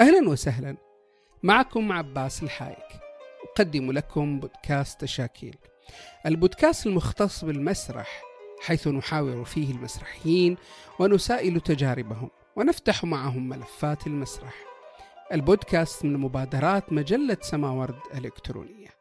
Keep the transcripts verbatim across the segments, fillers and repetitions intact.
أهلا وسهلا، معكم عباس الحايك، أقدم لكم بودكاست تشاكيل، البودكاست المختص بالمسرح، حيث نحاور فيه المسرحيين ونسائل تجاربهم ونفتح معهم ملفات المسرح. البودكاست من مبادرات مجلة سماورد الإلكترونية.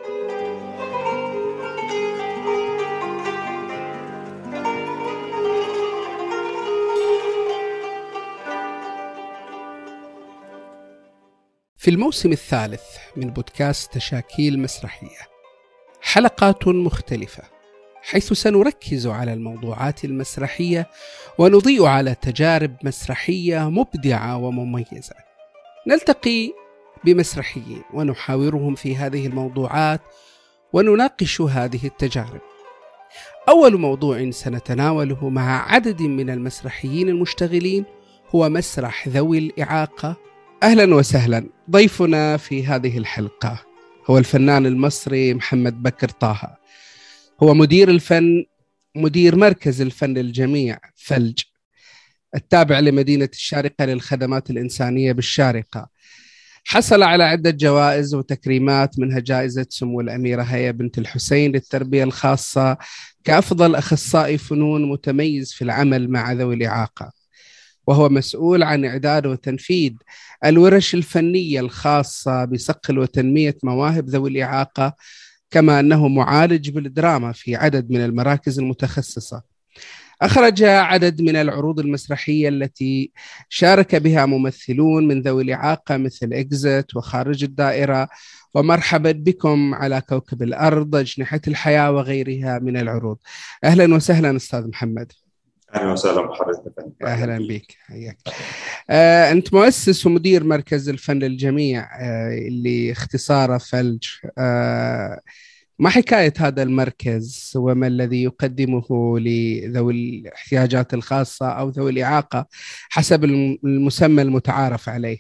في الموسم الثالث من بودكاست تشاكيل مسرحية حلقات مختلفة، حيث سنركز على الموضوعات المسرحية ونضيء على تجارب مسرحية مبدعة ومميزة. نلتقي بمسرحيين ونحاورهم في هذه الموضوعات ونناقش هذه التجارب. أول موضوع سنتناوله مع عدد من المسرحيين المشتغلين هو مسرح ذوي الإعاقة. أهلا وسهلا، ضيفنا في هذه الحلقة هو الفنان المصري محمد بكر طه، هو مدير الفن مدير مركز الفن الجميع فلج التابع لمدينة الشارقة للخدمات الإنسانية بالشارقة. حصل على عدة جوائز وتكريمات، منها جائزة سمو الأميرة هيا بنت الحسين للتربية الخاصة كأفضل أخصائي فنون متميز في العمل مع ذوي الإعاقة، وهو مسؤول عن إعداد وتنفيذ الورش الفنية الخاصة بصقل وتنمية مواهب ذوي الإعاقة، كما أنه معالج بالدراما في عدد من المراكز المتخصصة. أخرج عدد من العروض المسرحية التي شارك بها ممثلون من ذوي الإعاقة مثل إكزت وخارج الدائرة ومرحبا بكم على كوكب الأرض، أجنحة الحياة وغيرها من العروض. أهلا وسهلا أستاذ محمد. أهلا وسهلا بحضرتك. أهلا بك، حياك. آه، أنت مؤسس ومدير مركز الفن للجميع آه، اللي اختصاره فلج. آه، ما حكاية هذا المركز وما الذي يقدمه لذوي الاحتياجات الخاصة أو ذوي الإعاقة حسب المسمى المتعارف عليه؟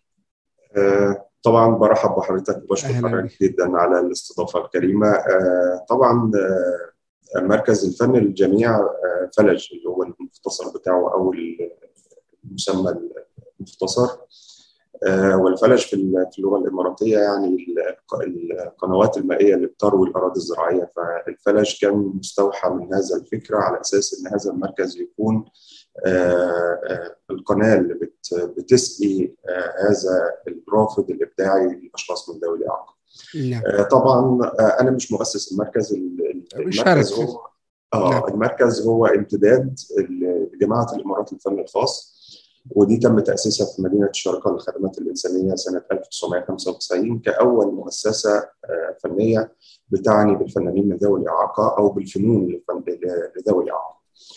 آه، طبعا برحب بحضرتك وبشكر حضرتك جدا على الاستضافة الكريمة. آه، طبعا آه، مركز الفن للجميع آه، فلج اللي هو المختصر بتاعه أو المسمى المختصر. آه، والفلج في اللغة الإماراتية يعني القنوات المائية اللي بتروي الأراضي الزراعية، فالفلج كان مستوحى من هذا الفكرة على أساس أن هذا المركز يكون آه، آه، القناة اللي بتسقي آه، هذا الرافد الإبداعي للأشخاص من ذوي الإعاقة. آه، طبعا آه، أنا مش مؤسس المركز. المركز هو آه المركز هو امتداد لجماعة الإمارات للفن الخاص، ودي تم تأسيسها في مدينة الشارقة للخدمات الإنسانية سنة ألف وتسعمائة وخمسة وتسعين كأول مؤسسة فنية بتعني بالفنانين من ذوي الإعاقة أو بالفنون لذوي الإعاقة.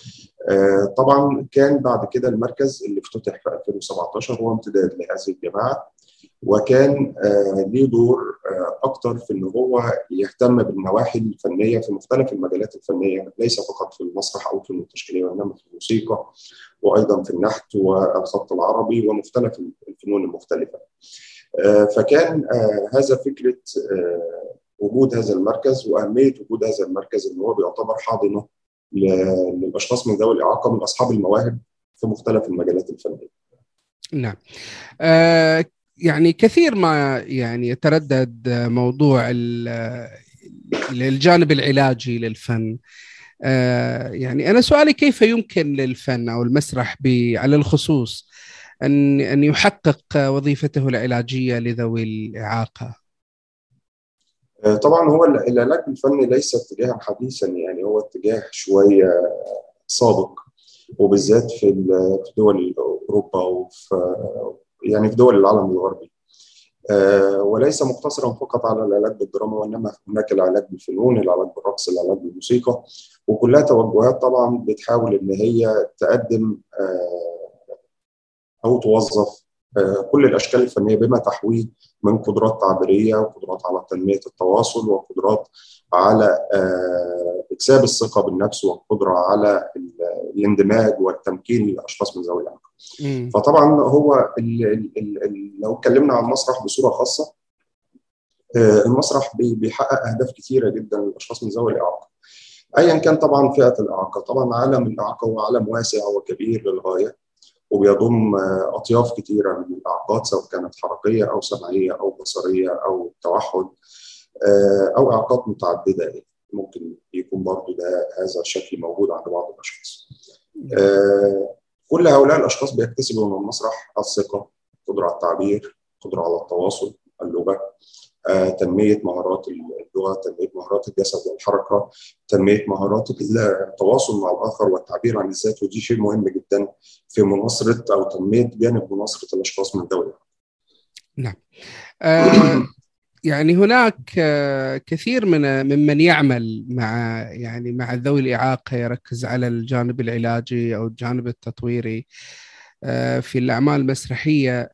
طبعا كان بعد كده المركز اللي افتتح في ألفين وسبعة عشر هو امتداد لهذه الجماعة، وكان ليه دور أكتر في أنه هو يهتم بالنواحي الفنية في مختلف المجالات الفنية، ليس فقط في المسرح أو في التشكيلية، وإنما في الموسيقى وأيضا في النحت والخط العربي ومختلف الفنون المختلفة. فكان هذا فكرة وجود هذا المركز وأهمية وجود هذا المركز إنه هو بيعتبر حاضنة للأشخاص من ذوي الإعاقة من أصحاب المواهب في مختلف المجالات الفنية. نعم. أه يعني كثير ما يعني يتردد موضوع الجانب العلاجي للفن. أه يعني أنا سؤالي كيف يمكن للفن أو المسرح على الخصوص أن أن يحقق وظيفته العلاجية لذوي الإعاقة؟ طبعا هو العلاج بالفن ليس اتجاها حديثا، يعني هو اتجاه شوية سابق، وبالذات في دول أوروبا وفي يعني في دول العالم الغربي، أه وليس مقتصرا فقط على العلاج بالدراما، وإنما هناك العلاج بالفنون، العلاج بالرقص، العلاج بالموسيقى، وكلها توجهات طبعا بتحاول إن هي تقدم أه أو توظف أه كل الأشكال الفنية بما تحويه من قدرات تعبيرية وقدرات على تنمية التواصل وقدرات على أه اكتساب الثقة بالنفس والقدرة على الاندماج والتمكين للأشخاص من ذوي الإعاقة. فطبعا هو ال ال ال لو اتكلمنا عن المسرح بصورة خاصة، المسرح بيحقق أهداف كثيرة جدا للأشخاص من ذوي الإعاقة أيا كان طبعا فئة الإعاقة. طبعا عالم الإعاقة هو عالم واسع وكبير للغاية، وبيضم أطياف كتيرة من الإعاقات، سواء كانت حركية أو سمعية أو بصرية أو توحد أو إعاقات متعددة. ممكن يكون برضو ده هذا الشكل موجود عند بعض الأشخاص. كل هؤلاء الأشخاص بيكتسبوا من المسرح الثقة، قدرة على التعبير، قدرة على التواصل، اللغة، تنمية مهارات اللغة، تنمية مهارات الجسد والحركة، تنمية مهارات التواصل مع الآخر والتعبير عن الذات، ودي شيء مهم جدا في مناصرة أو تنمية جانب مناصرة الأشخاص من ذوي. نعم. آه يعني هناك كثير من ممن يعمل مع يعني مع ذوي الإعاقة يركز على الجانب العلاجي أو الجانب التطويري في الأعمال المسرحية،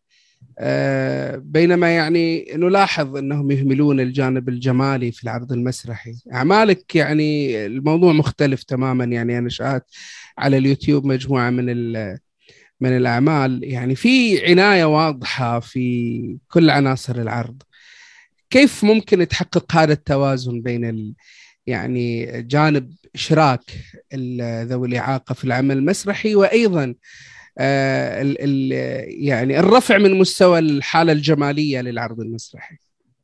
بينما يعني نلاحظ أنهم يهملون الجانب الجمالي في العرض المسرحي. أعمالك يعني الموضوع مختلف تماما. يعني أنا شاهدت على اليوتيوب مجموعة من من الأعمال يعني في عناية واضحة في كل عناصر العرض. كيف ممكن تحقق هذا التوازن بين ال يعني جانب إشراك ذوي الإعاقة في العمل المسرحي وأيضا آه ال ال يعني الرفع من مستوى الحالة الجمالية للعرض المسرحي؟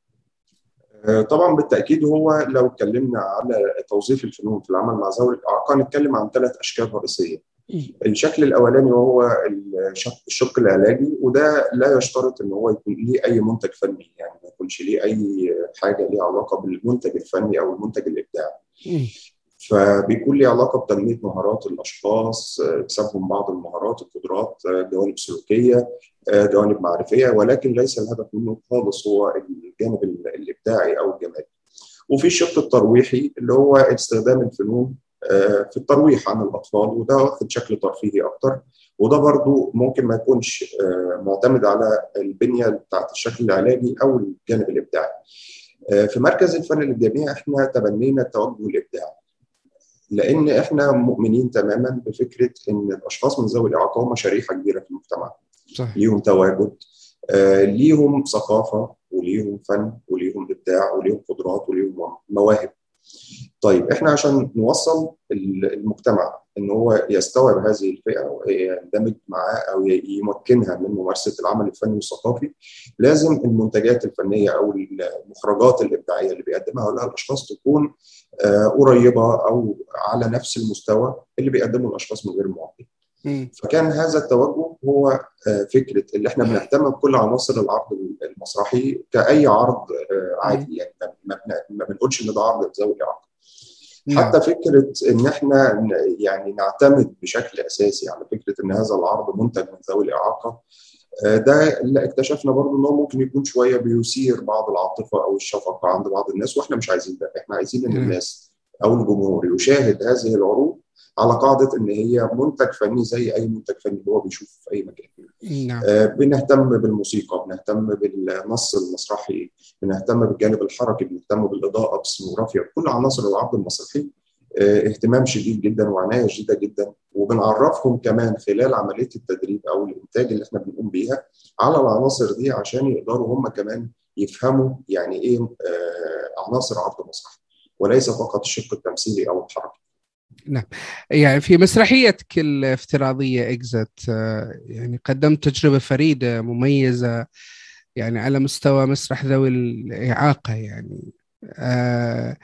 طبعا بالتأكيد، هو لو اتكلمنا على توظيف الفنون في العمل مع ذوي الإعاقة نتكلم عن ثلاث أشكال رئيسية. الشكل الأولاني وهو الشق العلاجي، وده لا يشترط إن هو يكون ليه أي منتج فني، يعني ما يكونش ليه أي حاجة ليها علاقة بالمنتج الفني أو المنتج الإبداعي. فبيكون ليه علاقة بتنمية مهارات الأشخاص، اكتسابهم بعض المهارات، القدرات، جوانب سلوكية، جوانب معرفية، ولكن ليس الهدف منه خالص هو الجانب الإبداعي أو الجمالي. وفي الشق الترويحي اللي هو استخدام الفنون في الترويح عن الأطفال، وده واخد شكل ترفيهي أكتر، وده برضو ممكن ما يكونش معتمد على البنية بتاعت الشكل العلاجي أو الجانب الإبداعي. في مركز الفن للجميع احنا تبنينا التوجه الإبداعي، لأن احنا مؤمنين تماما بفكرة إن الأشخاص من ذوي الإعاقة هم شريحة كبيرة في المجتمع. صح. ليهم تواجد، آه، ليهم ثقافة، وليهم فن، وليهم إبداع، وليهم قدرات، وليهم مواهب. طيب احنا عشان نوصل المجتمع ان هو يستوعب هذه الفئه ويندمج معاه او يمكنها من ممارسه العمل الفني والثقافي، لازم المنتجات الفنيه او المخرجات الابداعيه اللي بيقدمها هؤلاء الاشخاص تكون قريبه او على نفس المستوى اللي بيقدمه الاشخاص من غير المعاقين. فكان هذا التوجه هو فكره اللي احنا بنهتم بكل عناصر العرض المسرحي كاي عرض عادي، يعني ما بنقولش ان ده عرض ذوي الاعاقه. حتى فكره ان احنا يعني نعتمد بشكل اساسي على فكره ان هذا العرض منتج من ذوي الاعاقه، ده اللي اكتشفنا برضه انه ممكن يكون شويه بيثير بعض العاطفه او الشفقه عند بعض الناس، واحنا مش عايزين ده. احنا عايزين ان الناس او الجمهور يشاهد هذه العروض على قاعده ان هي منتج فني زي اي منتج فني هو بيشوفه في اي مكان. نعم. آه بنهتم بالموسيقى، بنهتم بالنص المسرحي، بنهتم بالجانب الحركي، بنهتم بالاضاءه، بالسcenografia، كل عناصر العرض المسرحي آه اهتمام شديد جدا وعنايه شديده جدا. وبنعرفهم كمان خلال عمليه التدريب او الانتاج اللي احنا بنقوم بيها على العناصر دي عشان يقدروا هم كمان يفهموا يعني ايه آه عناصر عرض مسرحي، وليس فقط الشق التمثيلي او الحركي. نعم. يعني في مسرحيتك الافتراضية إكزت يعني قدمت تجربة فريدة مميزة يعني على مستوى مسرح ذوي الإعاقة. يعني آه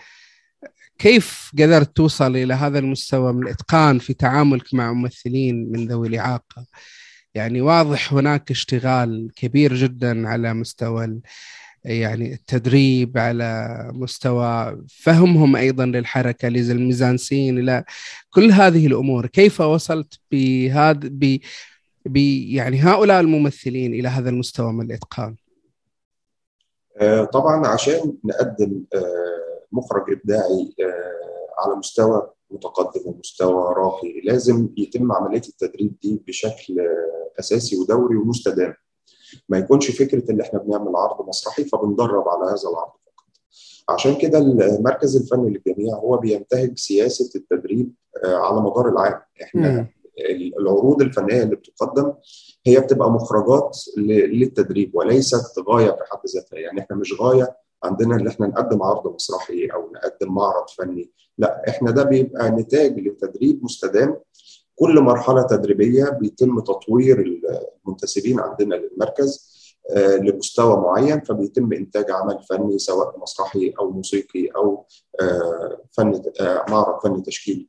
كيف قدرت توصل إلى هذا المستوى من الإتقان في تعاملك مع ممثلين من ذوي الإعاقة؟ يعني واضح هناك اشتغال كبير جدا على مستوى يعني التدريب، على مستوى فهمهم أيضا للحركة، للميزانسين، إلى كل هذه الأمور. كيف وصلت بهذا ب... ب... يعني هؤلاء الممثلين إلى هذا المستوى من الإتقان؟ آه طبعا عشان نقدم آه مخرج إبداعي آه على مستوى متقدم ومستوى راقي لازم يتم عملية التدريب دي بشكل آه أساسي ودوري ومستدام. ما يكونش فكرة ان احنا بنعمل عرض مسرحي فبندرب على هذا العرض فقط. عشان كده المركز الفني للجميع هو بينتهج سياسة التدريب على مدار العام. احنا م. العروض الفنية اللي بتقدم هي بتبقى مخرجات للتدريب وليست غاية في حد ذاتها. يعني احنا مش غاية عندنا ان احنا نقدم عرض مسرحي او نقدم معرض فني، لا، احنا ده بيبقى نتاج لتدريب مستدام كل مرحلة تدريبية بيتم تطوير المنتسبين عندنا للمركز لمستوى معين، فبيتم إنتاج عمل فني سواء مسرحي أو موسيقي أو فن معرض فني تشكيلي.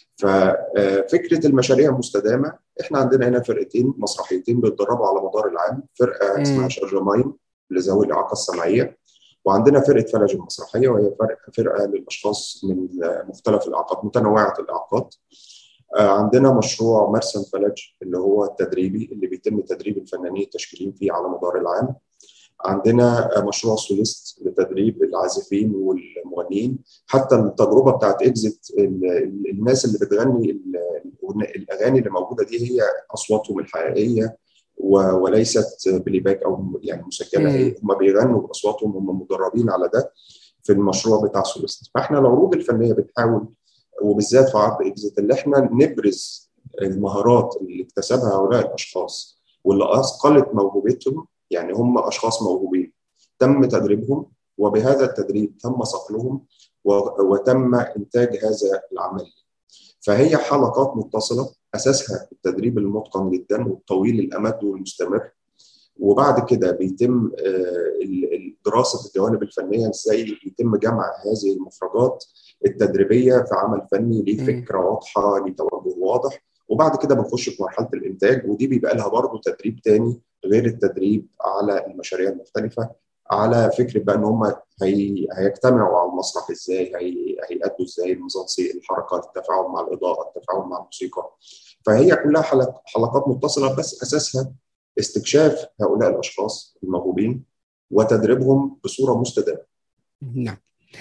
ففكرة المشاريع المستدامة، إحنا عندنا هنا فرقتين مسرحيتين بيتدربوا على مدار العام، فرقة م. اسمها شرجماين لذوي الإعاقة السمعية، وعندنا فرقة فلج المسرحية وهي فرقة للأشخاص من مختلف الإعاقات متنوعة الإعاقات. عندنا مشروع مرسم فلج اللي هو التدريبي اللي بيتم تدريب الفنانين التشكيليين فيه على مدار العام. عندنا مشروع سوليست لتدريب العازفين والمغنيين. حتى التجربة بتاعت إكزيت، الناس اللي بتغني الأغاني اللي موجودة دي هي أصواتهم الحقيقية وليست بليباك أو يعني مسجلة، هم بيغنوا بأصواتهم، هم مدربين على ده في المشروع بتاع سوليست. فإحنا العروض الفنية بتحاول، وبالذات في عرض إكزيت، اللي إحنا نبرز المهارات اللي اكتسبها هؤلاء الأشخاص واللي أثقلت موهبتهم. يعني هم أشخاص موهوبين تم تدريبهم، وبهذا التدريب تم صقلهم وتم إنتاج هذا العمل. فهي حلقات متصلة أساسها التدريب المتقن جدا والطويل الأمد والمستمر، وبعد كده بيتم دراسة الجوانب الفنية، ازاي يتم جمع هذه المفردات التدريبية في عمل فني ليه فكرة واضحة ليه توجه واضح، وبعد كده بنخش في مرحلة الإنتاج، ودي بيبقى لها برضه تدريب تاني غير التدريب على المشاريع المختلفة، على فكرة بقى إن هم هي... هيجتمعوا على المسرح ازاي، هي... هيأدوا ازاي الميزانسي، الحركات، التفاعل مع الإضاءة، التفاعل مع الموسيقى. فهي كلها حلق... حلقات متصلة، بس أساسها استكشاف هؤلاء الأشخاص الموهوبين وتدريبهم بصورة مستدامة. نعم.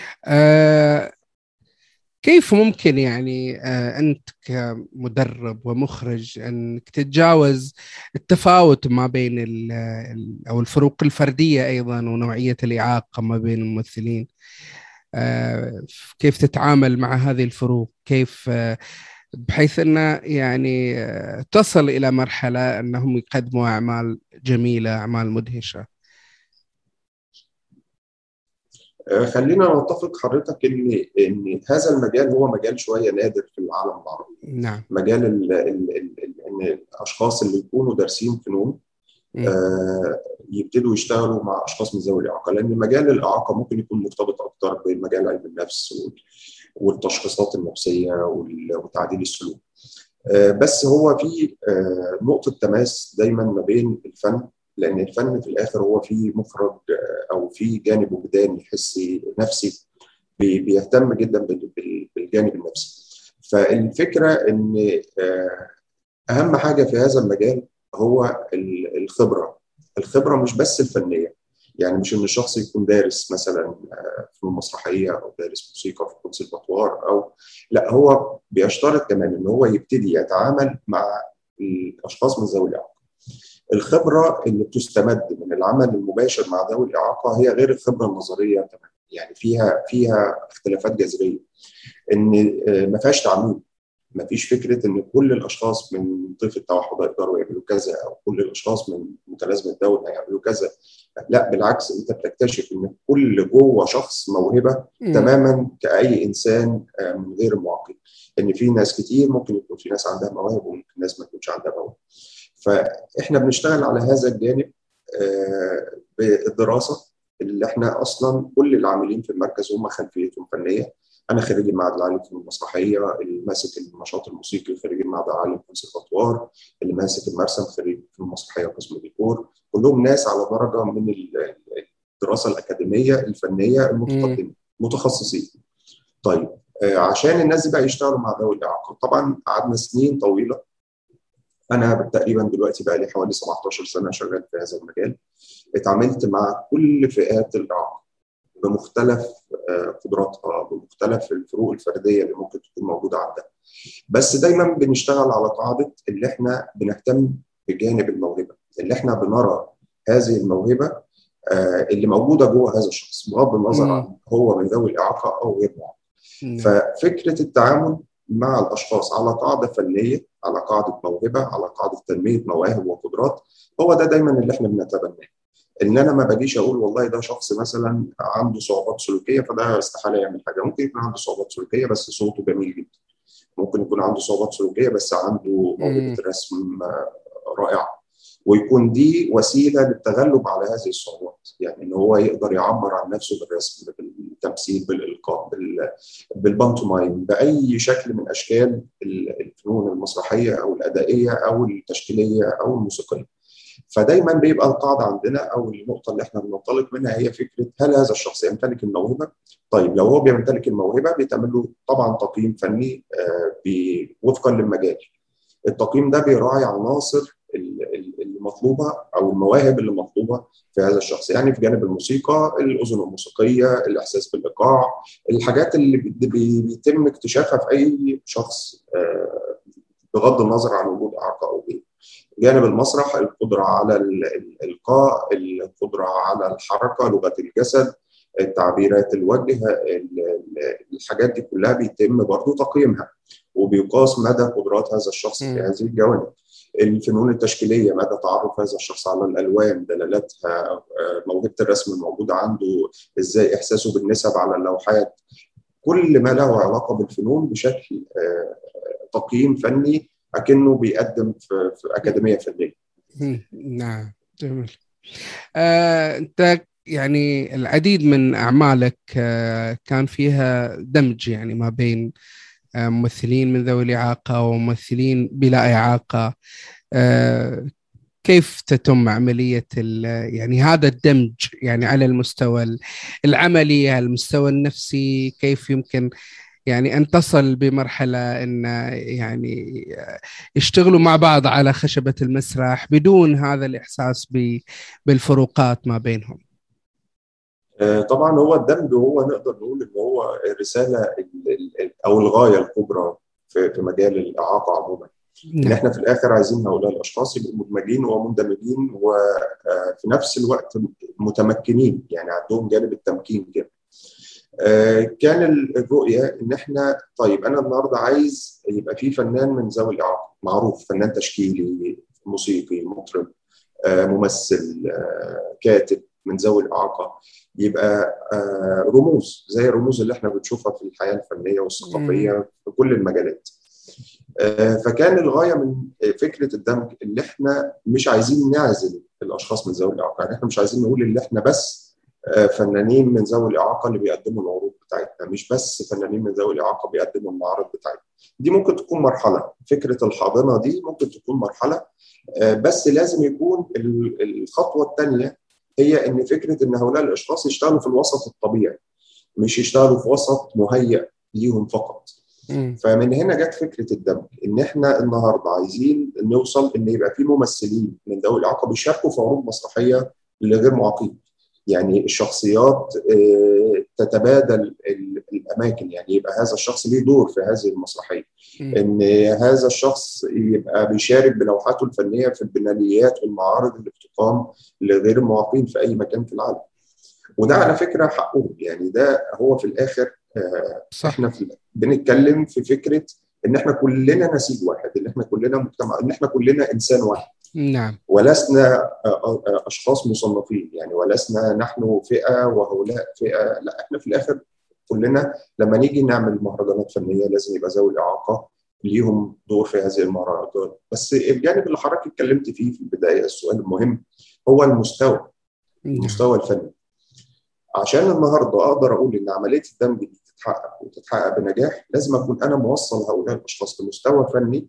آه كيف ممكن يعني آه أنت كمدرب ومخرج أنك تتجاوز التفاوت ما بين ال ال أو الفروق الفردية أيضا ونوعية الإعاقة ما بين الممثلين؟ آه كيف تتعامل مع هذه الفروق؟ كيف آه بحيث أنه يعني تصل إلى مرحلة أنهم يقدموا أعمال جميلة، أعمال مدهشة؟ خلينا نتفق حضرتك إن إن هذا المجال هو مجال شوية نادر في العالم العربي. نعم. مجال ال ال ال إن الأشخاص اللي يكونوا دارسين فنون آه يبتدوا يشتغلوا مع أشخاص من ذوي الإعاقة، لأن مجال الإعاقة ممكن يكون مرتبط أكتر بمجال علم النفس والتشخيصات النفسية وتعديل السلوك. بس هو في نقطة تماس دايما ما بين الفن، لأن الفن في الآخر هو فيه مخرج أو فيه جانب وجداني حسي نفسي بيهتم جدا بالجانب النفسي. فالفكرة إن أهم حاجة في هذا المجال هو الخبرة. الخبرة مش بس الفنية، يعني مش إن الشخص يكون دارس مثلا في المسرحية أو دارس موسيقى في الكونسرفاتوار، أو لا، هو بيشترط كمان إن هو يبتدي يتعامل مع الأشخاص من ذوي الإعاقة. الخبرة اللي بتستمد من العمل المباشر مع ذوي الإعاقة هي غير الخبرة النظرية تماما، يعني فيها فيها اختلافات جذرية، إن ما فيهاش تعميم. ما فيش فكرة إن كل الأشخاص من طيف التوحد يقدروا يعملوا كذا، أو كل الأشخاص من متلازمة داون هيعملوا كذا. لا، بالعكس، أنت بتكتشف إن كل جوه شخص موهبة م. تماما كأي إنسان من غير معاقين. إن في ناس كتير ممكن يكون في ناس عندها مواهب وممكن ناس ما تكونش عندها مواهب. فإحنا بنشتغل على هذا الجانب بالدراسة، اللي إحنا أصلا كل العاملين في المركز هم خلفيتهم فنية. أنا خريج المعهد العالي في المسرحية، اللي ماسك النشاط الموسيقي خريج المعهد العالي في الكونسرفاتوار، اللي ماسك المرسم خريج في المسرحية قسم الديكور. كلهم ناس على درجة من الدراسة الأكاديمية الفنية المتقدمة، متخصصين. طيب، عشان الناس دي بقى يشتغلوا مع ذوي الإعاقة، طبعا قعدنا سنين طويلة. أنا تقريبا دلوقتي بقى لي حوالي سبعتاشر سنة شغال في هذا المجال. اتعاملت مع كل فئات الإعاقة بمختلف قدراتها، بمختلف الفروق الفرديه اللي ممكن تكون موجوده عندها. بس دايما بنشتغل على قاعده اللي احنا بنهتم بجانب الموهبه، اللي احنا بنرى هذه الموهبه اللي موجوده جوه هذا الشخص بغض النظر عن هو من ذوي الاعاقه او غير معاق. ففكره التعامل مع الاشخاص على قاعده فنيه، على قاعده موهبه، على قاعده تنميه مواهب وقدرات، هو ده دايما اللي احنا بنتبناه. ان انا ما باجيش اقول والله ده شخص مثلا عنده صعوبات سلوكيه فده استحاله يعمل حاجه. ممكن يكون عنده صعوبات سلوكيه بس صوته جميل جدا، ممكن يكون عنده صعوبات سلوكيه بس عنده موهبه الرسم رائعه، ويكون دي وسيله للتغلب على هذه الصعوبات. يعني ان هو يقدر يعبر عن نفسه بالرسم، بالتمثيل، بالالقاء، بالبانتومايم، باي شكل من اشكال الفنون المسرحيه او الادائيه او التشكيليه او الموسيقيه. فدايما بيبقى القاعده عندنا او النقطه اللي احنا بننطلق منها هي فكره هل هذا الشخص يمتلك الموهبه؟ طيب لو هو بيمتلك الموهبه بيتعمل له طبعا تقييم فني وفقا للمجال. التقييم ده بيراعي عناصر المطلوبه او المواهب اللي مطلوبه في هذا الشخص. يعني في جانب الموسيقى الاذن الموسيقيه، الاحساس بالايقاع، الحاجات اللي بيتم اكتشافها في اي شخص بغض النظر عن وجود اعاقه او غيره. جانب المسرح القدره على الالقاء، القدره على الحركه، لغه الجسد، تعبيرات الوجه، الحاجات دي كلها بيتم برضو تقييمها وبيقاس مدى قدرات هذا الشخص في هذه الجوانب. الفنون التشكيليه، مدى تعرف هذا الشخص على الالوان، دلالاتها، موهبه الرسم الموجوده عنده، ازاي احساسه بالنسب على اللوحات، كل ما له علاقه بالفنون بشكل تقييم فني اكنه بيقدم في, في اكاديميه فنيه. نعم جميل. آه، انت يعني العديد من اعمالك آه، كان فيها دمج يعني ما بين آه، ممثلين من ذوي الاعاقه وممثلين بلا اعاقه. آه، كيف تتم عمليه يعني هذا الدمج يعني على المستوى العملي، على المستوى النفسي؟ كيف يمكن يعني أن تصل بمرحلة أن يعني يشتغلوا مع بعض على خشبة المسرح بدون هذا الإحساس بالفروقات ما بينهم؟ طبعا هو الدمج هو نقدر نقول ان هو الرسالة او الغاية الكبرى في مجال الإعاقة عموما. نعم. ان احنا في الاخر عايزين هؤلاء الاشخاص يبقوا مدمجين ومندمجين وفي نفس الوقت متمكنين، يعني عندهم جانب التمكين كده. كان الرؤية ان احنا طيب انا النهارده عايز يبقى في فنان من ذوي الاعاقه معروف، فنان تشكيلي، موسيقي، مطرب، ممثل، كاتب من ذوي الاعاقه، يبقى رموز زي الرموز اللي احنا بنشوفها في الحياه الفنيه والثقافيه في كل المجالات. فكان الغايه من فكره الدمج اللي احنا مش عايزين نعزل الاشخاص من ذوي الاعاقه، يعني احنا مش عايزين نقول ان احنا بس فنانين من ذوي الاعاقه اللي بيقدموا العروض بتاعتنا، مش بس فنانين من ذوي الاعاقه بيقدموا المعارض بتاعتنا. دي ممكن تكون مرحله، فكره الحاضنه دي ممكن تكون مرحله، بس لازم يكون الخطوه الثانيه هي ان فكره ان هؤلاء الاشخاص يشتغلوا في الوسط الطبيعي، مش يشتغلوا في وسط مهيئ ليهم فقط. فمن هنا جت فكره الدمج، ان احنا النهارده عايزين نوصل ان يبقى في ممثلين من ذوي الاعاقه بيشاركوا في عروض مسرحيه لغير معاقين. يعني الشخصيات تتبادل الاماكن، يعني يبقى هذا الشخص ليه دور في هذه المسرحيه، ان هذا الشخص يبقى بيشارك بلوحاته الفنيه في البناليات والمعارض اللي بتقام لغير المعاقين في اي مكان في العالم. وده على فكره حقهم، يعني ده هو في الاخر صح. احنا في بنتكلم في فكره ان احنا كلنا نسيج واحد، ان احنا كلنا مجتمع، ان احنا كلنا انسان واحد. نعم. ولسنا اشخاص مصنفين، يعني ولسنا نحن فئه وهؤلاء فئه، لا احنا في الاخر كلنا لما نيجي نعمل مهرجانات فنيه لازم يبقى ذوي الاعاقه ليهم دور في هذه المهرجانات. بس الجانب اللي حضرتك اتكلمت فيه في البدايه، السؤال المهم هو المستوى، المستوى الفني. عشان النهارده اقدر اقول ان عمليه الدمج دي تتحقق وتتحقق بنجاح، لازم اكون انا موصل هؤلاء الاشخاص لمستوى فني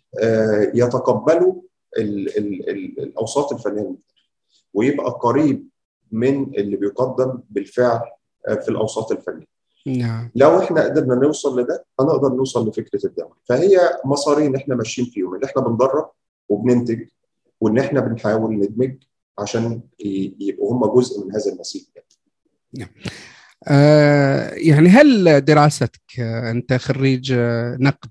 يتقبلوا ال ال ال الاوساط الفنيه ويبقى قريب من اللي بيقدم بالفعل في الاوساط الفنيه. نعم. لو احنا قدرنا نوصل لده هنقدر نوصل لفكره الدمج. فهي مسارين احنا ماشيين فيهم، اللي احنا بندرب وبننتج، وان احنا بنحاول ندمج عشان يبقوا هم جزء من هذا النسيج. نعم. آه يعني هل دراستك، انت خريج نقد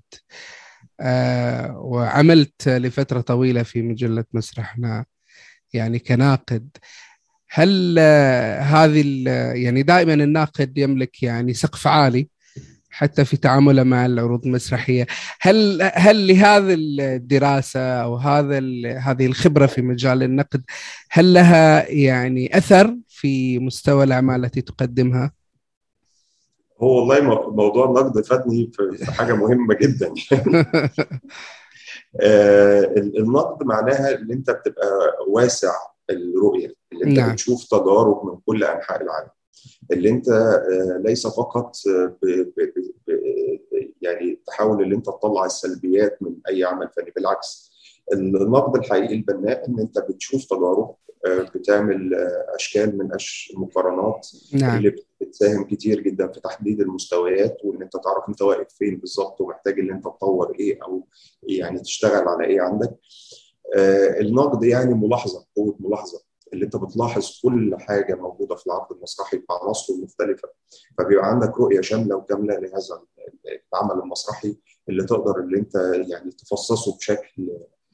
آه وعملت لفترة طويلة في مجلة مسرحنا يعني كناقد، هل آه هذه يعني دائما الناقد يملك يعني سقف عالي حتى في تعامله مع العروض المسرحية، هل هل لهذه الدراسة أو هذا هذه الخبرة في مجال النقد هل لها يعني أثر في مستوى الأعمال التي تقدمها؟ هو والله موضوع النقد فادني في حاجة مهمة جدا. النقد معناها ان انت بتبقى واسع الرؤية، اللي انت نعم. بتشوف تجارب من كل انحاء العالم، اللي انت ليس فقط ب ب ب يعني تحاول ان انت تطلع السلبيات من اي عمل فني. بالعكس، النقد الحقيقي البناء ان انت بتشوف تجارب، بتعمل اشكال من أش... مقارنات، نعم. اللي بتساهم كتير جدا في تحديد المستويات، وان انت تعرف انت واقف فين بالظبط ومحتاج ان انت تطور ايه او يعني تشتغل على ايه عندك. النقد يعني ملاحظه، قوه ملاحظه، اللي انت بتلاحظ كل حاجه موجوده في العرض المسرحي بعناصره المختلفه، فبيبقى عندك رؤيه شامله وكامله لهذا العمل المسرحي، اللي تقدر اللي انت يعني تفصصه بشكل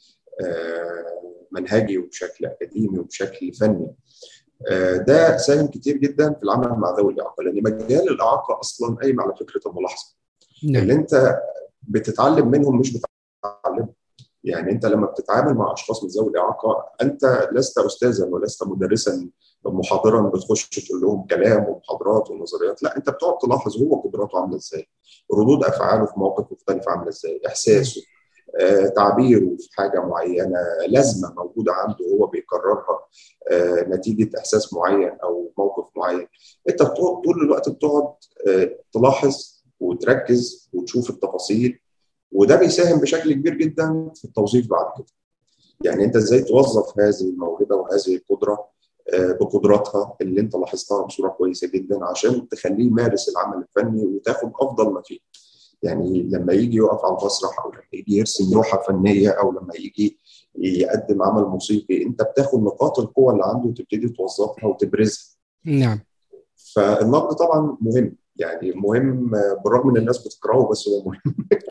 منهجي وبشكل اكاديمي وبشكل فني. ده ساهم كتير جدا في العمل مع ذوي الاعاقه، لان مجال الاعاقه اصلا قايم على فكره الملاحظه. نعم. اللي انت بتتعلم منهم مش بتتعلم. يعني انت لما بتتعامل مع اشخاص من ذوي الاعاقه، انت لست استاذا ولست مدرسا محاضرا بتخش تقول لهم كلام ومحاضرات ونظريات، لا، انت بتقعد تلاحظ هو قدراته عامله ازاي، ردود افعاله في مواقف مختلفه عامله ازاي، احساسه، آه، تعبيره في حاجه معينه، لازمه موجوده عنده هو بيكررها آه، نتيجه احساس معين او موقف معين. انت بتقعد طول الوقت بتقعد آه، تلاحظ وتركز وتشوف التفاصيل، وده بيساهم بشكل كبير جدا في التوظيف بعد كده. يعني انت ازاي توظف هذه الموهبه وهذه القدره بقدراتها اللي انت لاحظتها بصوره كويسه جدا، عشان تخليه يمارس العمل الفني وتاخد افضل ما فيه. يعني لما يجي يقف على المسرح، او لما يجي يرسم لوحه فنيه، او لما يجي يقدم عمل موسيقي، انت بتاخد نقاط القوه اللي عنده وتبتدي توظفها وتبرزها. نعم. فالنقد طبعا مهم، يعني مهم بالرغم ان الناس بتكرهه، بس هو مهم.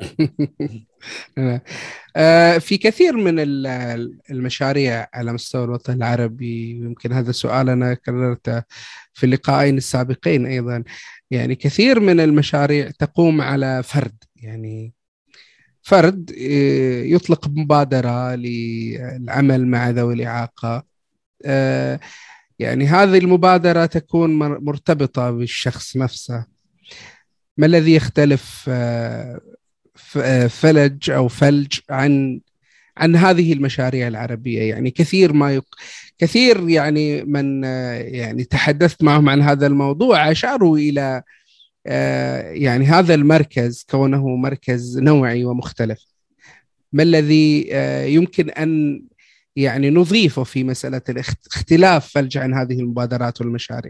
في كثير من المشاريع على مستوى الوطن العربي، ويمكن هذا السؤال أنا كررته في اللقاءين السابقين أيضا، يعني كثير من المشاريع تقوم على فرد، يعني فرد يطلق مبادرة للعمل مع ذوي الإعاقة. يعني هذه المبادرة تكون مرتبطة بالشخص نفسه. ما الذي يختلف فلج أو فلج عن عن هذه المشاريع العربية؟ يعني كثير ما يق... كثير يعني من يعني تحدثت معهم عن هذا الموضوع أشاروا إلى يعني هذا المركز كونه مركز نوعي ومختلف. ما الذي يمكن أن يعني نضيفه في مسألة الاختلاف فلج عن هذه المبادرات والمشاريع؟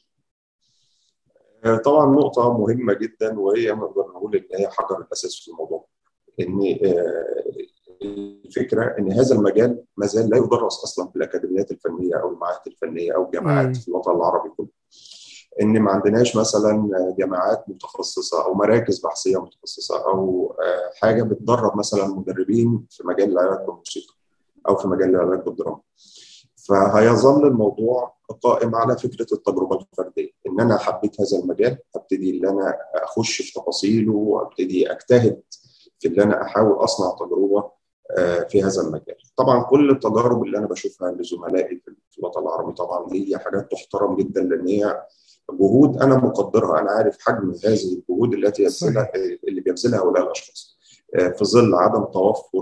طبعا نقطة مهمة جدا، وهي نقدر نقول إن هي حجر الأساس في الموضوع. إن الفكرة إن هذا المجال ما زال لا يدرس أصلا في الأكاديميات الفنية أو المعاهد الفنية أو الجامعات في الوطن العربي كله. إن ما عندناش مثلا جامعات متخصصة أو مراكز بحثية متخصصة أو حاجة بتدرب مثلا مدربين في مجال العلاج بالموسيقى أو في مجال العلاج بالدراما. فهيظل الموضوع قائم على فكرة التجربة الفردية، إن أنا حبيت هذا المجال، أبتدي إن أنا أخش في تفاصيله وأبتدي أجتهد في إن أنا أحاول أصنع تجربة في هذا المجال. طبعا كل التجارب اللي أنا بشوفها لزملائي في الوطن العربي طبعا هي حاجات تحترم جدا، لأن هي جهود أنا مقدرها، أنا عارف حجم هذه الجهود التي يبذلها اللي بيبذلها هؤلاء الأشخاص في ظل عدم توفر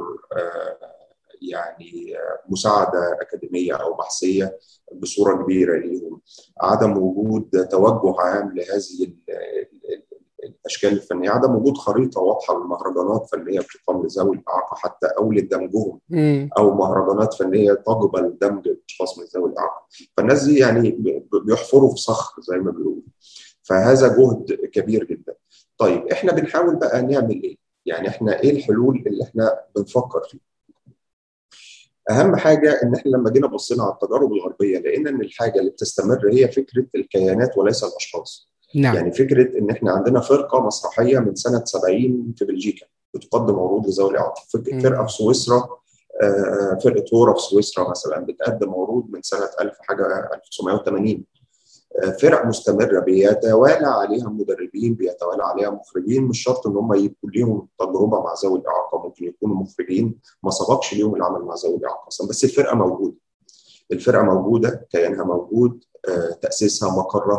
يعني مساعدة أكاديمية أو بحثية بصورة كبيرة ليهم، عدم وجود توجه عام لهذه الأشكال الفنية، عدم وجود خريطة واضحة لمهرجانات فنية بتقام لذوي الإعاقة حتى أو لدمجهم، أو مهرجانات فنية تقبل دمج أشخاص من ذوي الإعاقة. فالناس دي يعني بيحفروا في صخر زي ما بيقولوا، فهذا جهد كبير جدا. طيب إحنا بنحاول بقى نعمل إيه؟ يعني إحنا إيه الحلول اللي إحنا بنفكر فيها؟ اهم حاجه ان احنا لما جينا بصينا على التجارب الغربيه، لقينا ان الحاجه اللي بتستمر هي فكره الكيانات وليس الاشخاص. نعم. يعني فكره ان احنا عندنا فرقه مسرحيه من سنه سبعين في بلجيكا بتقدم عروض لذوي الاعاقه، فرقه في سويسرا، فرقه هورا في سويسرا مثلا بتقدم عروض من سنه ألف حاجه ألف وتسعمائة وثمانين. فرق مستمره بيتوالى عليها مدربين، بيتوالى عليها مخرجين، مش شرط ان هم يكون ليهم تجربه مع ذوي الاعاقه، ممكن يكونوا مخرجين ما سبقش ليهم العمل مع ذوي الاعاقه اصلا، بس الفرقه موجوده. الفرقه موجوده، كيانها موجود، تاسيسها، مقرها،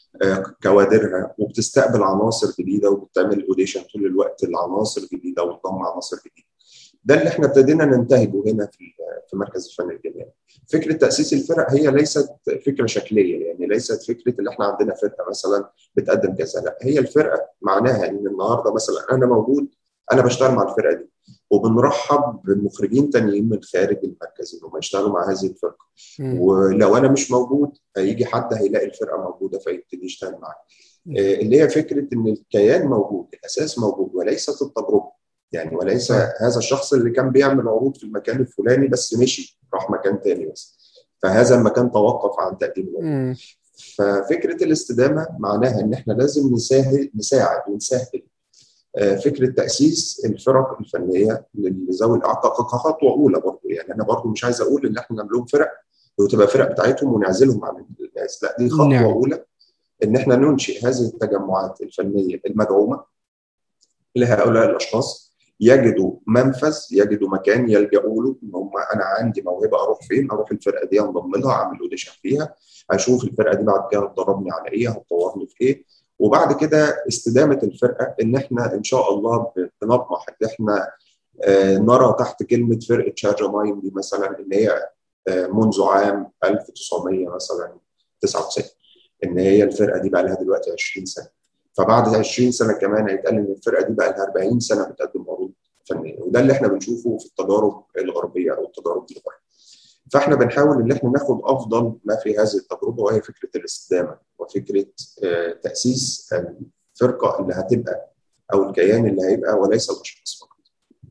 كوادرها، وبتستقبل عناصر جديده وبتعمل اوديشن طول الوقت لعناصر جديده وتضم عناصر جديده. ده اللي احنا ابتدينا ننتهجه هنا في في مركز الفن الجامعي. فكره تاسيس الفرق هي ليست فكره شكليه، يعني ليست فكره اللي احنا عندنا فرقه مثلا بتقدم كذا، لا، هي الفرقه معناها ان النهارده مثلا انا موجود، انا بشتغل مع الفرقه دي، وبنرحب بمخرجين تانيين من خارج المركز انهم يشتغلوا مع هذه الفرقه. مم. ولو انا مش موجود هيجي حد هيلاقي الفرقه موجوده فيبتدي يشتغل معايا. اللي هي فكره ان الكيان موجود، الاساس موجود، وليست التجربه. يعني وليس صح. هذا الشخص اللي كان بيعمل عروض في المكان الفلاني بس مشي راح مكان تاني بس، فهذا المكان توقف عن تقديم العروض. ففكره الاستدامه معناها ان احنا لازم نساعد نساعد ونسهل فكره تاسيس الفرق الفنيه لذوي الاعاقه كخطوه اولى برضه. يعني انا برضه مش عايز اقول ان احنا نعمل لهم فرق وتبقى فرق بتاعتهم ونعزلهم عن الناس، لا، دي خطوه نعم. اولى ان احنا ننشئ هذه التجمعات الفنيه المدعومه لهؤلاء الاشخاص، يجدوا منفذ، يجدوا مكان يلجأوا له ان هم انا عندي موهبه اروح فين؟ اروح الفرقه دي انضم لها، اعمل اوديشن فيها، اشوف الفرقه دي بعد كده هتدربني على ايه، هتطورني في ايه، وبعد كده استدامه الفرقه ان احنا ان شاء الله بنطمح ان احنا آه نرى تحت كلمه فرقه شارجا ماين دي مثلا ان هي آه منذ عام ألف وتسعمية مثلا تسعة وتسعين، ان هي الفرقه دي بقى لها دلوقتي عشرين سنه. فبعد عشرين سنه كمان هيتقال ان الفرقه دي بقى لها أربعين سنه بتقدم عروض فنيه، وده اللي احنا بنشوفه في التجارب الغربيه او التجارب اللي بره. فاحنا بنحاول ان احنا ناخد افضل ما في هذه التجربه، وهي فكره الاستدامه وفكره آه تاسيس الفرقه اللي هتبقى او الكيان اللي هيبقى، وليس الاشخاص فقط.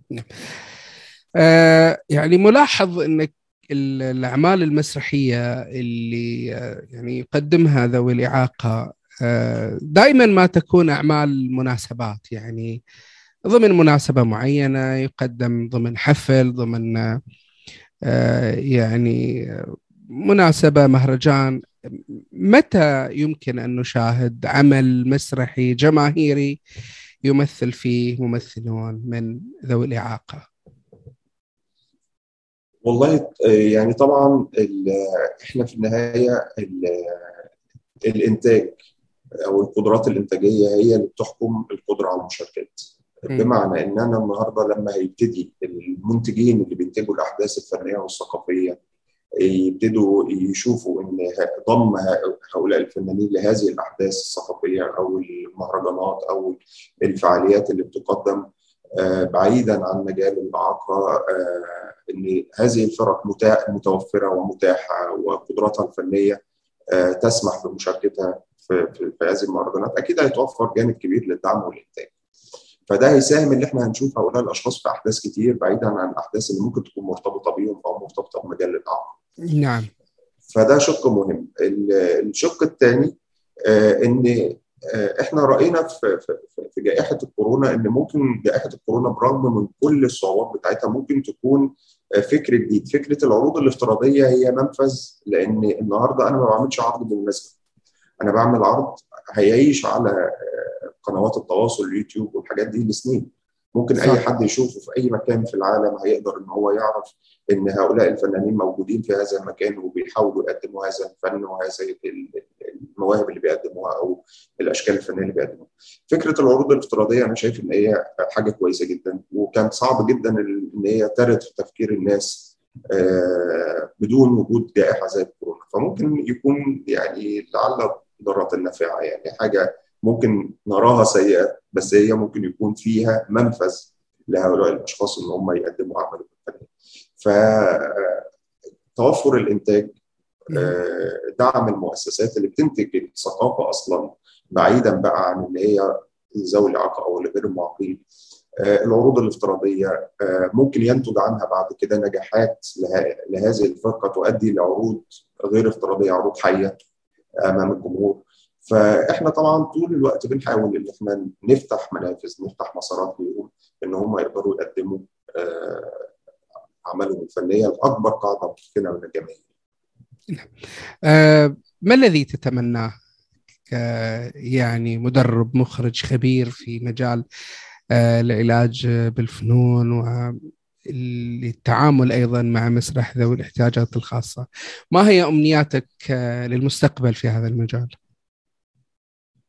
آه يعني ملاحظ انك الاعمال المسرحيه اللي يعني يقدمها ذوي الاعاقه دائما ما تكون أعمال مناسبات، يعني ضمن مناسبة معينة، يقدم ضمن حفل، ضمن يعني مناسبة، مهرجان. متى يمكن أن نشاهد عمل مسرحي جماهيري يمثل فيه ممثلون من ذوي الإعاقة؟ والله يعني طبعا احنا في النهاية الإنتاج أو القدرات الإنتاجية هي اللي بتحكم القدرة على المشاركات. بمعنى إن أنا النهاردة لما هيبتدي المنتجين اللي بينتجوا الأحداث الفنية والثقافية يبتدوا يشوفوا إن ضم هؤلاء الفنانين لهذه الأحداث الثقافية أو المهرجانات أو الفعاليات اللي بتقدم بعيدا عن مجال الإعاقة، إن هذه الفرق متوفرة ومتاحة وقدراتها الفنية تسمح بمشاركتها في, في, في هذه المهرجانات، اكيد هيتوفر جانب كبير للدعم والانتاج. فده هيساهم ان احنا هنشوف هؤلاء الاشخاص في احداث كتير بعيدا عن الاحداث اللي ممكن تكون مرتبطه بيهم او مرتبطه بمجال الاعاقه. نعم. فده شق مهم. الشق الثاني آه ان آه احنا راينا في, في, في جائحه الكورونا ان ممكن جائحه الكورونا برغم من كل الصعوبات بتاعتها ممكن تكون فكر جديد. فكره العروض الافتراضيه هي منفذ، لان النهارده انا ما بعملش عرض بالمناسبه، انا بعمل عرض هيعيش على قنوات التواصل اليوتيوب والحاجات دي لسنين. ممكن صح. اي حد يشوفه في اي مكان في العالم هيقدر ان هو يعرف ان هؤلاء الفنانين موجودين في هذا المكان وبيحاولوا يقدموا هذا الفن وهذه المواهب اللي بيقدموها او الاشكال الفنيه اللي بيقدموها. فكره العروض الافتراضيه انا شايف ان هي حاجه كويسه جدا، وكان صعب جدا ان هي ترد في تفكير الناس بدون وجود جائحه زي الكورونا. فممكن يكون يعني لعل ضرة نافعه، يعني حاجه ممكن نراها سيئه بس هي ممكن يكون فيها منفذ لهؤلاء الاشخاص ان هم يقدموا اعمال فنيه. فتوفر الانتاج، دعم المؤسسات اللي بتنتج الثقافه اصلا بعيدا بقى عن اللي هي ذوي الاعاقه او اللي غير المعاقين، العروض الافتراضيه ممكن ينتج عنها بعد كده نجاحات لهذه الفرقه تؤدي لعروض غير افتراضيه، عروض حيه امام الجمهور. فاحنا طبعا طول الوقت بنحاول ان احنا نفتح منافذ، نفتح مسارات ليهم ان هم يقدروا يقدموا اعمالهم الفنيه لاكبر قاعده ممكنه من الجماهير. آه ما الذي تتمناه يعني مدرب مخرج خبير في مجال آه العلاج بالفنون والتعامل ايضا مع مسرح ذوي الاحتياجات الخاصه؟ ما هي امنياتك آه للمستقبل في هذا المجال؟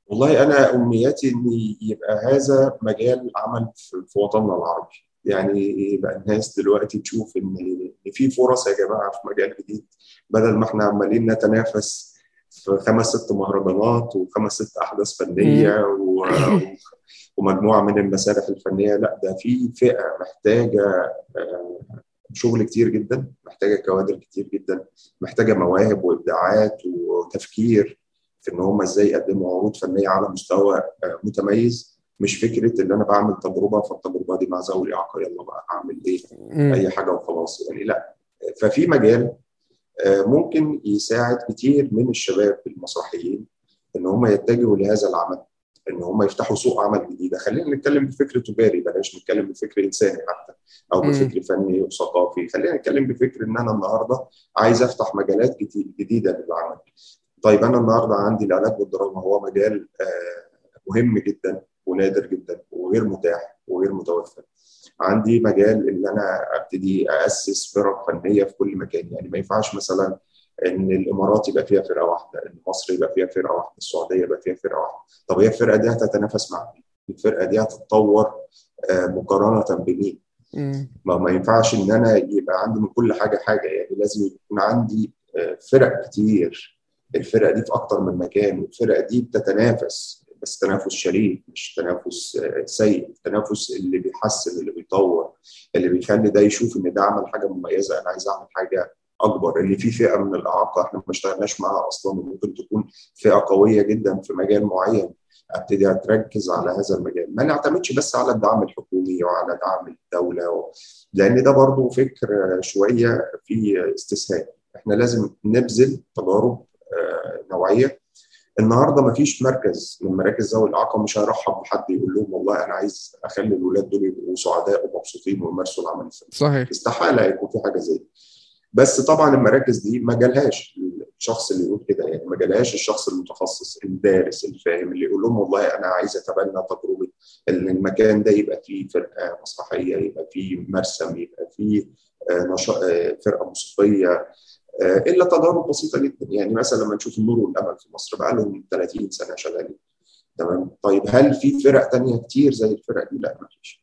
والله أنا أمنياتي إن يبقى هذا مجال عمل في في وطننا العربي. يعني يبقى الناس دلوقتي تشوف إن إن في فرص يا جماعة في مجال جديد، بدل ما إحنا عمالين نتنافس في خمس ست مهرجانات وخمس ست أحداث مم. فنية و- ومجموعة من المسارح الفنية. لا، ده في فئة محتاجة آه، شغل كتير جدا، محتاجة كوادر كتير جدا، محتاجة مواهب وإبداعات وتفكير في إن هم إزاي يقدموا عروض فنية على مستوى آه، متميز. مش فكرة إن أنا بعمل تجربة فالتجربة دي مع ذوي الإعاقة يلا بقى أعمل إيه مم. أي حاجة وخلاص، يعني لا. ففي مجال آه، ممكن يساعد كتير من الشباب المسرحيين ان هم يتجهوا لهذا العمل، ان هم يفتحوا سوق عمل جديده. خلينا نتكلم بفكر تجاري، بلاش نتكلم بفكر انساني حتى او مم. بفكر فني وثقافي. خلينا نتكلم بفكر ان انا النهارده عايز افتح مجالات جديد- جديده للعمل. طيب انا النهارده عندي العلاج بالدراما، هو مجال آه، مهم جدا ونادر جدا وغير متاح وغير متوفر. عندي مجال ان انا ابتدي اسس فرق فنيه في كل مكان. يعني ما ينفعش مثلا ان الامارات يبقى فيها فرقه واحده، ان مصر يبقى فيها فرقه واحده، السعوديه يبقى فيها فرقه واحده. طب هي الفرقه دي هتتنافس مع مين؟ الفرقه دي هتتطور آه، مقارنه بمين؟ مم. ما, ما ينفعش ان انا يبقى عندي من كل حاجه حاجه. يعني لازم يكون عندي آه، فرق كتير. الفرقه دي في اكتر من مكان، والفرقه دي بتتنافس، بس تنافس شريف مش تنافس آه، سيء. التنافس اللي بيحسن، اللي بيطور، اللي بيخلي ده يشوف ان ده عمل حاجه مميزه، انا عايز اعمل حاجه اكبر. اللي في فئه من الاعاقه احنا ما اشتغلناش معاها اصلا، وممكن تكون فئه قويه جدا في مجال معين، ابتدي اتركز على هذا المجال. ما نعتمدش بس على الدعم الحكومي وعلى دعم الدوله و... لان ده برضو فكر شويه في استسهال. احنا لازم نبذل تجارب آه، نوعيه. النهارده ما فيش مركز من مراكز ذوي الاعاقه مش هيرحب بحد يقول لهم والله انا عايز اخلي الاولاد دول يبقوا سعداء ومبسوطين ويمارسوا العمل الفني. صحيح. استحاله يكون في حاجه زي دي. بس طبعا المراكز دي ما جالهاش الشخص اللي يقول كده، يعني ما جالهاش الشخص المتخصص الدارس الفاهم اللي يقول لهم والله انا عايز اتبنى تجربه ان المكان ده يبقى فيه فرقه مسرحيه، يبقى فيه مرسم، يبقى فيه آه، نشاط، آه، فرقه موسيقيه. آه، الا تجارب بسيطه جدا. يعني مثلا لما نشوف النور والامل في مصر بقى لهم ثلاثين سنه شغالين. تمام. طيب هل في فرق تانية كتير زي الفرق دي؟ لا، ما فيش.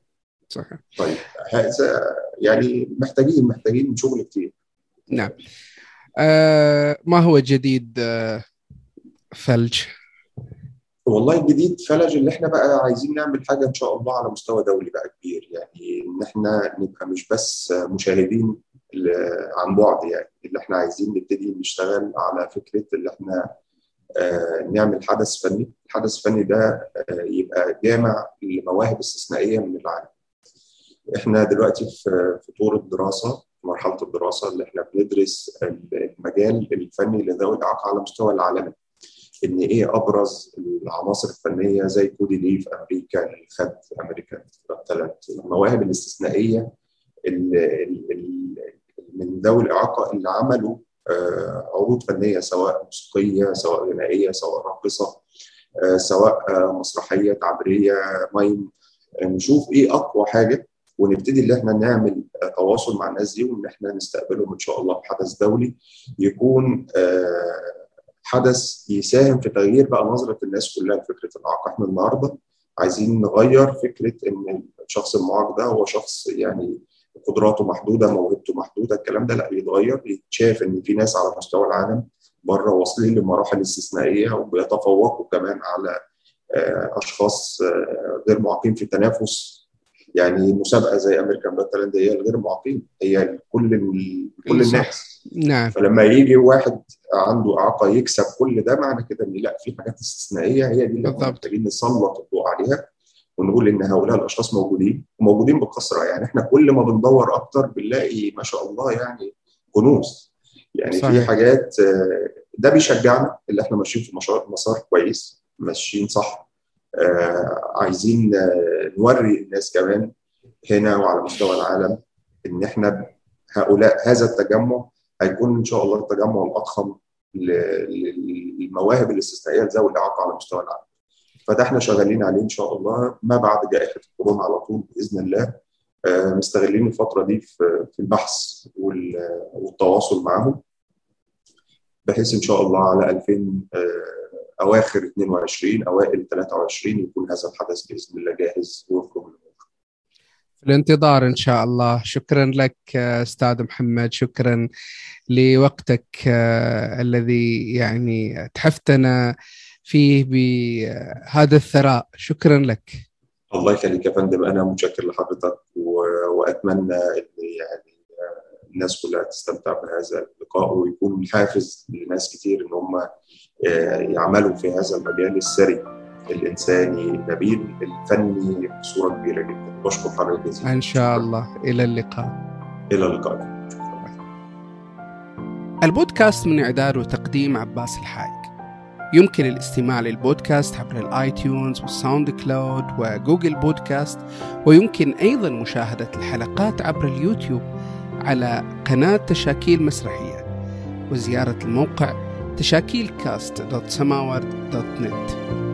صحيح. طيب هذا يعني محتاجين محتاجين شغل كتير. نعم. آه ما هو جديد آه فلج؟ والله الجديد فلج اللي احنا بقى عايزين نعمل حاجه ان شاء الله على مستوى دولي بقى كبير. يعني ان احنا نبقى مش بس مشاهدين ل- عن بعد. يعني اللي احنا عايزين نبتدي نشتغل على فكره اللي احنا آه، نعمل حدث فني. الحدث الفني ده آه، يبقى جامع لمواهب استثنائيه من العالم. احنا دلوقتي في في طور الدراسه، في مرحله الدراسه اللي احنا بندرس المجال الفني لذوي الاعاقه على مستوى العالمي. ان ايه ابرز العناصر الفنيه زي كودي لي في امريكا، الخد امريكا ثلاث المواهب الاستثنائيه اللي اللي من ذوي الاعاقه اللي عملوا آه، عروض فنيه، سواء موسيقيه سواء غنائيه سواء راقصه آه، سواء آه، مسرحيه تعبيريه مايم. آه، نشوف ايه اقوى حاجه ونبتدي ان احنا نعمل آه، تواصل مع الناس دي، وان احنا نستقبلهم ان شاء الله في حدث دولي يكون آه، حدث يساهم في تغيير بقى نظره الناس كلها لفكره الاعاقه. احنا النهارده عايزين نغير فكره ان الشخص المعاق ده هو شخص يعني قدراته محدوده، موهبته محدوده. الكلام ده لا يتغير، يتشاف ان في ناس على مستوى العالم بره واصلين لمراحل استثنائيه وبيتفوقوا كمان على آه، اشخاص آه، غير معاقين في التنافس. يعني مسابقه زي امريكان جوت تالنت هي الغير معاقين، هي كل كل صح. الناس. نعم. فلما يجي واحد عنده اعاقه يكسب كل ده، معنى كده ان لا، في حاجات استثنائيه هي دي اللي احنا بالضبط. محتاجين نسلط الضوء عليها، ونقول ان هؤلاء الاشخاص موجودين وموجودين بكثره. يعني احنا كل ما بندور اكتر بنلاقي ما شاء الله يعني كنوز. يعني في صحيح. حاجات آه، ده بيشجعنا اللي احنا ماشيين في مسار مسار كويس، ماشيين صح. آه، عايزين آه، نوري الناس كمان هنا وعلى مستوى العالم ان احنا هؤلاء هذا التجمع هيكون ان شاء الله التجمع الاضخم للمواهب الاستثنائيه لذوي الاعاقه على مستوى العالم. فده احنا شغالين عليه ان شاء الله ما بعد جائحه الكورونا على طول باذن الله. آه، مستغلين الفتره دي في في البحث وال- والتواصل معهم، بحيث ان شاء الله على ألفين أواخر اثنين وعشرين أوائل ثلاثة وعشرين يكون هذا الحدث بإذن الله جاهز وفقه. في الانتظار إن شاء الله. شكرا لك أستاذ محمد، شكرا لوقتك الذي يعني تحفتنا فيه بهذا الثراء. شكرا لك. الله يخليك يا فندم، أنا متشكر لحضرتك، وأتمنى أن يعني الناس كلها تستمتع بهذا اللقاء، ويكون حافز لناس كتير إن هم يعملوا في هذا المجال الثري الإنساني النبيل الفني بصورة كبيرة جدا. بشكر حضرتك جزيلا. إن شاء الله. إلى اللقاء. إلى اللقاء. البودكاست من إعداد وتقديم عباس الحايق. يمكن الاستماع للبودكاست عبر الآيتيونز والساوند كلاود وجوجل بودكاست، ويمكن أيضا مشاهدة الحلقات عبر اليوتيوب على قناة تشاكيل مسرحية، وزيارة الموقع تشاكيل كاست دوت سماورد دوت نت.